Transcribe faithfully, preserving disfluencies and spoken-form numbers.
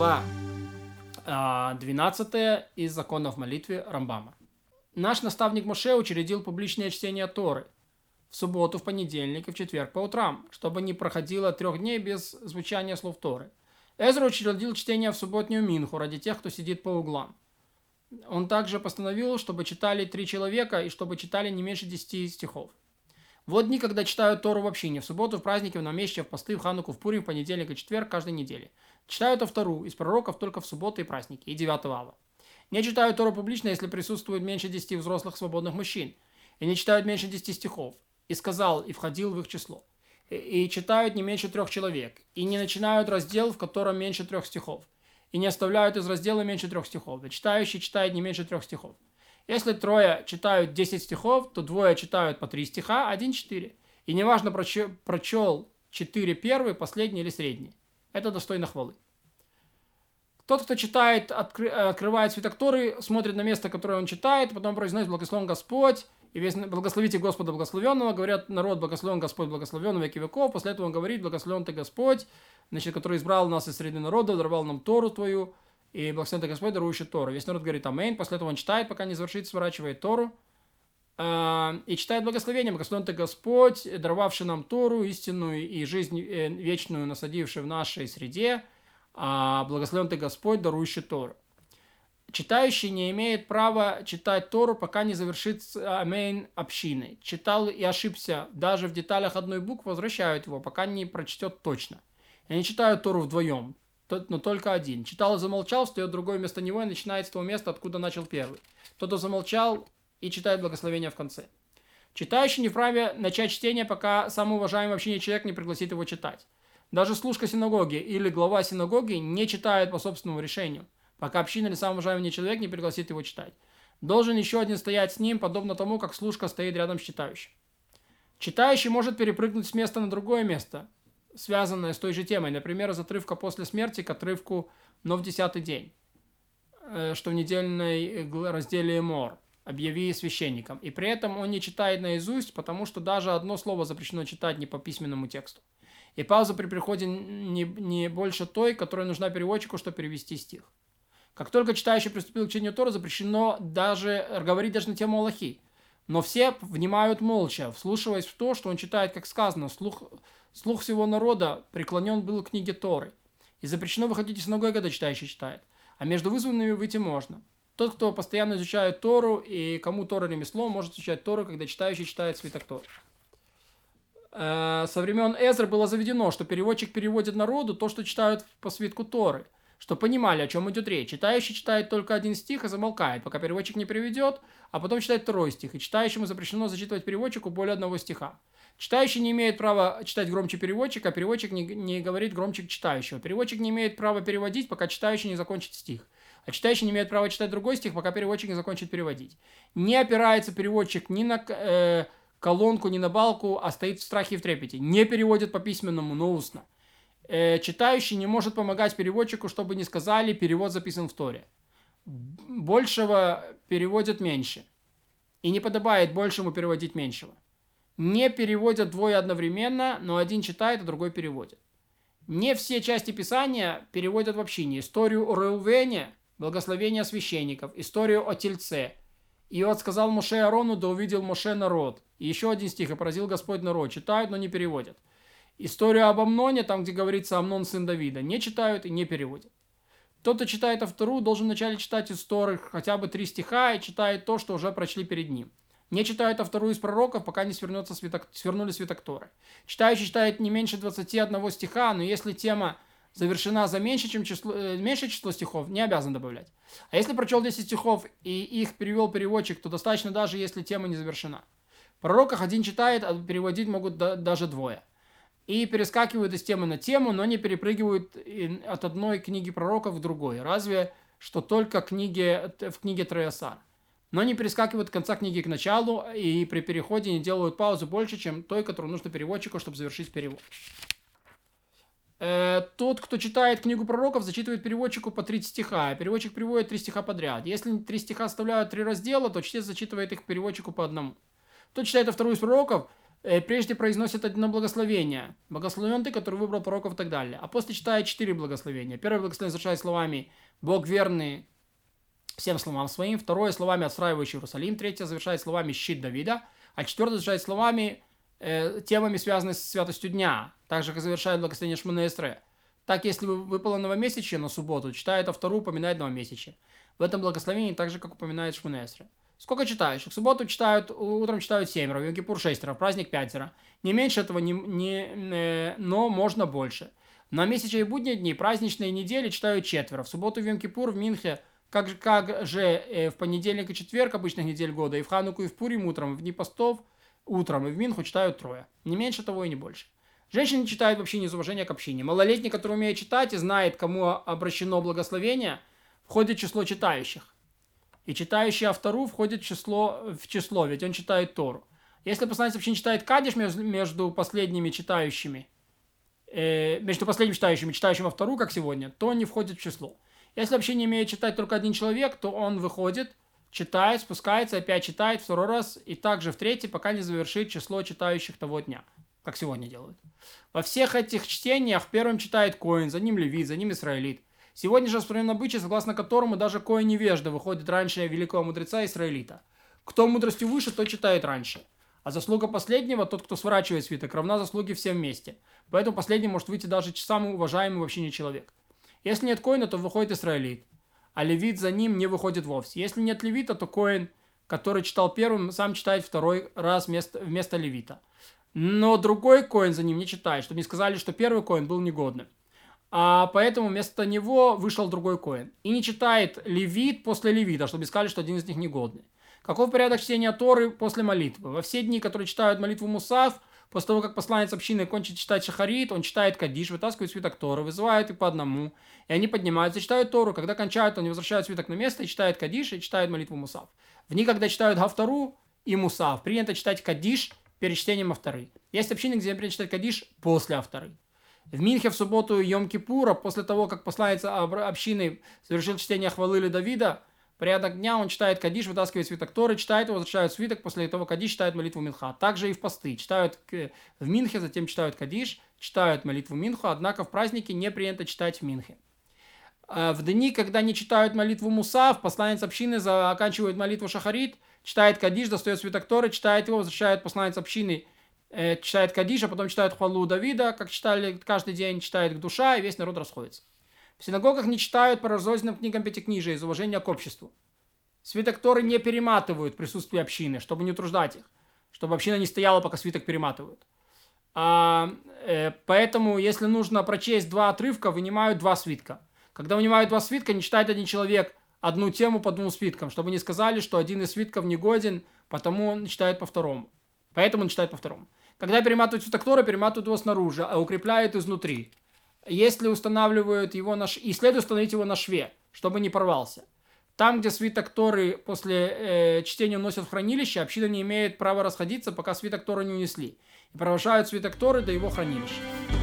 глава двенадцатая из законов молитвы Рамбама. Наш наставник Моше учредил публичное чтение Торы в субботу, в понедельник и в четверг по утрам, чтобы не проходило трех дней без звучания слов Торы. Эзра учредил чтение в субботнюю минху ради тех, кто сидит по углам. Он также постановил, чтобы читали три человека и чтобы читали не меньше десяти стихов. Вот дни, когда читают Тору в общине: в субботу, в праздники, в намещие, в посты, в хануку, в пурим, в понедельник и четверг каждой недели. Читают Автору из пророков только в субботы и праздники, и девятого ава. Не читают Тору публично, если присутствует меньше десяти взрослых свободных мужчин, и не читают меньше десяти стихов. И сказал, и входил в их число. И, и читают не меньше трех человек, и не начинают раздел, в котором меньше трех стихов, и не оставляют из раздела меньше трех стихов. И читающий читает не меньше трех стихов. Если трое читают десять стихов, то двое читают по три стиха, один четыре. И неважно, прочел четыре первый, последний или средний. Это достойно хвалы. Тот, кто читает, откры, открывает свиток Торы, смотрит на место, которое он читает, потом произносит «Благословен Господь», и весь «Благословите Господа благословенного», говорят народ «Благословен Господь благословен веки веков», после этого он говорит «Благословен ты Господь», значит, который избрал нас из среды народа, даровал нам Тору твою, и благословен ты Господь, дарующий Тору. Весь народ говорит «Аминь», после этого он читает, пока не завершит, сворачивает Тору, и читает благословение «Благословен ты Господь, даровавший нам Тору, истинную и жизнь вечную, насадивший в нашей среде, а благословен ты Господь, дарующий Тору». Читающий не имеет права читать Тору, пока не завершит амейн общины. Читал и ошибся даже в деталях одной буквы, возвращают его, пока не прочтет точно. И они читают Тору вдвоем, но только один. Читал и замолчал, встает другой вместо него и начинает с того места, откуда начал первый. Тот, кто замолчал, и читает благословение в конце. Читающий не вправе начать чтение, пока самый уважаемый в общине человек не пригласит его читать. Даже служка синагоги или глава синагоги не читает по собственному решению, пока община или самый уважаемый человек не пригласит его читать. Должен еще один стоять с ним, подобно тому, как служка стоит рядом с читающим. Читающий может перепрыгнуть с места на другое место, связанное с той же темой, например, из отрывка после смерти к отрывку «Но в десятый день», что в недельной разделе Мор. «Объяви священникам». И при этом он не читает наизусть, потому что даже одно слово запрещено читать не по письменному тексту. И пауза при приходе не, не больше той, которая нужна переводчику, чтобы перевести стих. Как только читающий приступил к чтению Торы, запрещено даже говорить даже на тему Аллахи. Но все внимают молча, вслушиваясь в то, что он читает, как сказано. Слух, слух всего народа преклонен был к книге Торы. И запрещено выходить из синагоги, когда читающий читает. А между вызванными выйти можно. Тот, кто постоянно изучает Тору, и кому Тора ремесло, может изучать Тору, когда читающий читает свиток Торы. Со времен Эзры было заведено, что переводчик переводит народу то, что читают по свитку Торы, чтобы понимали, о чем идет речь. Читающий читает только один стих и замолкает, пока переводчик не переведет, а потом читает второй стих. И читающему запрещено зачитывать переводчику более одного стиха. Читающий не имеет права читать громче переводчика, а переводчик не, не говорит громче читающего. Переводчик не имеет права переводить, пока читающий не закончит стих. А читающий не имеет права читать другой стих, пока переводчик не закончит переводить. Не опирается переводчик ни на э, колонку, ни на балку, а стоит в страхе и в трепете. Не переводит по письменному, но устно. Э, читающий не может помогать переводчику, чтобы не сказали, перевод записан в Торе. Большего переводят меньше. И не подобает большему переводить меньшего. Не переводят двое одновременно, но один читает, а другой переводит. Не все части Писания переводят в общине. Историю о Реувене, благословение священников, историю о тельце. И вот сказал Моше Аарону, да увидел Моше народ. И еще один стих, и поразил Господь народ. Читают, но не переводят. Историю об Амноне, там, где говорится Амнон, сын Давида, не читают и не переводят. Тот, кто читает Автору, должен вначале читать из Торы хотя бы три стиха и читает то, что уже прочли перед ним. Не читают Автору из пророков, пока не свернется свиток, свернули свиток Торы. Читающий читает не меньше двадцати одного стиха, но если тема завершена за меньше, чем число, э, меньшее число стихов, не обязан добавлять. А если прочел десять стихов и их перевел переводчик, то достаточно даже если тема не завершена. В пророках один читает, а переводить могут да, даже двое. И перескакивают из темы на тему, но не перепрыгивают от одной книги пророков в другой. Разве что только книги, в книге Треясар. Но не перескакивают от конца книги к началу, и при переходе не делают паузу больше, чем той, которую нужно переводчику, чтобы завершить перевод. Тот, кто читает книгу пророков, зачитывает переводчику по тридцать стиха, а переводчик переводит три стиха подряд. Если три стиха оставляют три раздела, то чтец зачитывает их переводчику по одному. Кто читает вторую из пророков, э, прежде произносит одно благословение. Благословен ты, который выбрал пророков и так далее. А после читает четыре благословения. Первое благословение завершает словами «Бог верный всем словам своим». Второе словами «Отстраивающий Иерусалим». Третье завершает словами «Щит Давида». А четвертое завершает словами, э, темами, связанными с святостью дня. Так же, как завершает благословение Шмоне Эсре. Так, если выпало новомесячие на субботу, читает автору, упоминает новомесячие. В этом благословении так же, как упоминает Шмоне Эсре. Сколько читающих? В субботу читают, утром читают семеро, в Йом-Кипур шестеро, в праздник пятеро. Не меньше этого, не, не, э, но можно больше. На месячные и будние дни, праздничные недели читают четверо. В субботу в Йом-Кипур, в Минхе, как, же- как же э, в понедельник и четверг обычных недель года, и в Хануку, и в Пурим утром, в дни постов утром, и в Минху читают трое. Не меньше того и не больше. Женщины читают вообще не из уважения к общине. Малолетний, который умеет читать и знает, кому обращено благословение, входит в число читающих. И читающий автору входит в число, в число, ведь он читает Тору. Если посланец вообще не читает кадиш между, между последними читающими, э, между последними читающими и читающим автору, как сегодня, то он не входит в число. Если вообще не умеет читать только один человек, то он выходит, читает, спускается, опять читает второй раз и также в третий, пока не завершит число читающих того дня, как сегодня делают. Во всех этих чтениях первым читает Коэн, за ним Левит, за ним Исраилит. Сегодня же распространен обычай, согласно которому даже Коэн невежда выходит раньше великого мудреца Исраилита. Кто мудростью выше, тот читает раньше. А заслуга последнего, тот, кто сворачивает свиток, равна заслуге всем вместе. Поэтому последний может выйти даже самый уважаемый в общине человек. Если нет Коэна, то выходит Исраилит. А Левит за ним не выходит вовсе. Если нет Левита, то Коэн, который читал первым, сам читает второй раз вместо, вместо Левита. Но другой Коэн за ним не читает, чтобы не сказали, что первый Коэн был негодным. А поэтому вместо него вышел другой Коэн. И не читает Левит после Левита, чтобы не сказали, что один из них негодный. Каков порядок чтения Торы после молитвы? Во все дни, которые читают молитву Мусав, после того, как посланец общины кончит читать Шахарит, он читает Кадиш, вытаскивает свиток Торы, вызывает их по одному, и они поднимаются и читают Тору. Когда кончают, они возвращают свиток на место и читают Кадиш, и читают молитву Мусав. В дни, когда читают Гафтару и Мусав, принято читать Кадиш перед чтением Авторы. Есть общины, где принято читать Кадиш после Авторы. В Минхе в субботу Йом-Кипура, после того, как посланец общины совершил чтение хвалы Давида, порядок дня он читает Кадиш, вытаскивает свиток Торы, читает его, возвращает свиток, после этого Кадиш читает молитву Минха. Также и в посты. Читают в Минхе, затем читают Кадиш, читают молитву Минху, однако в праздники не принято читать в Минхе. В дни, когда не читают молитву Мусав, посланец общины заканчивает молитву Шахарит, читает Кадиш, достает свиток Торы, читает его, возвращает посланец общины, э, читает Кадиш, а потом читает хвалу Давида, как читали каждый день, читает душа, и весь народ расходится. В синагогах не читают по разрозненным книгам Пятикнижия из уважения к обществу. Свиток Торы не перематывают в присутствии общины, чтобы не утруждать их, чтобы община не стояла, пока свиток перематывают. А, э, поэтому, если нужно прочесть два отрывка, вынимают два свитка. Когда вынимают два свитка, не читает один человек одну тему по двум свиткам, чтобы не сказали, что один из свитков негоден, потому он читает по второму. Поэтому он читает по второму. Когда перематывают свиток Торы, перематывают его снаружи, а укрепляют изнутри. Если устанавливают его на шве, и следует установить его на шве, чтобы не порвался. Там, где свиток Торы после э, чтения уносят в хранилище, община не имеет права расходиться, пока свиток Торы не унесли. И провожают свиток Торы до его хранилища.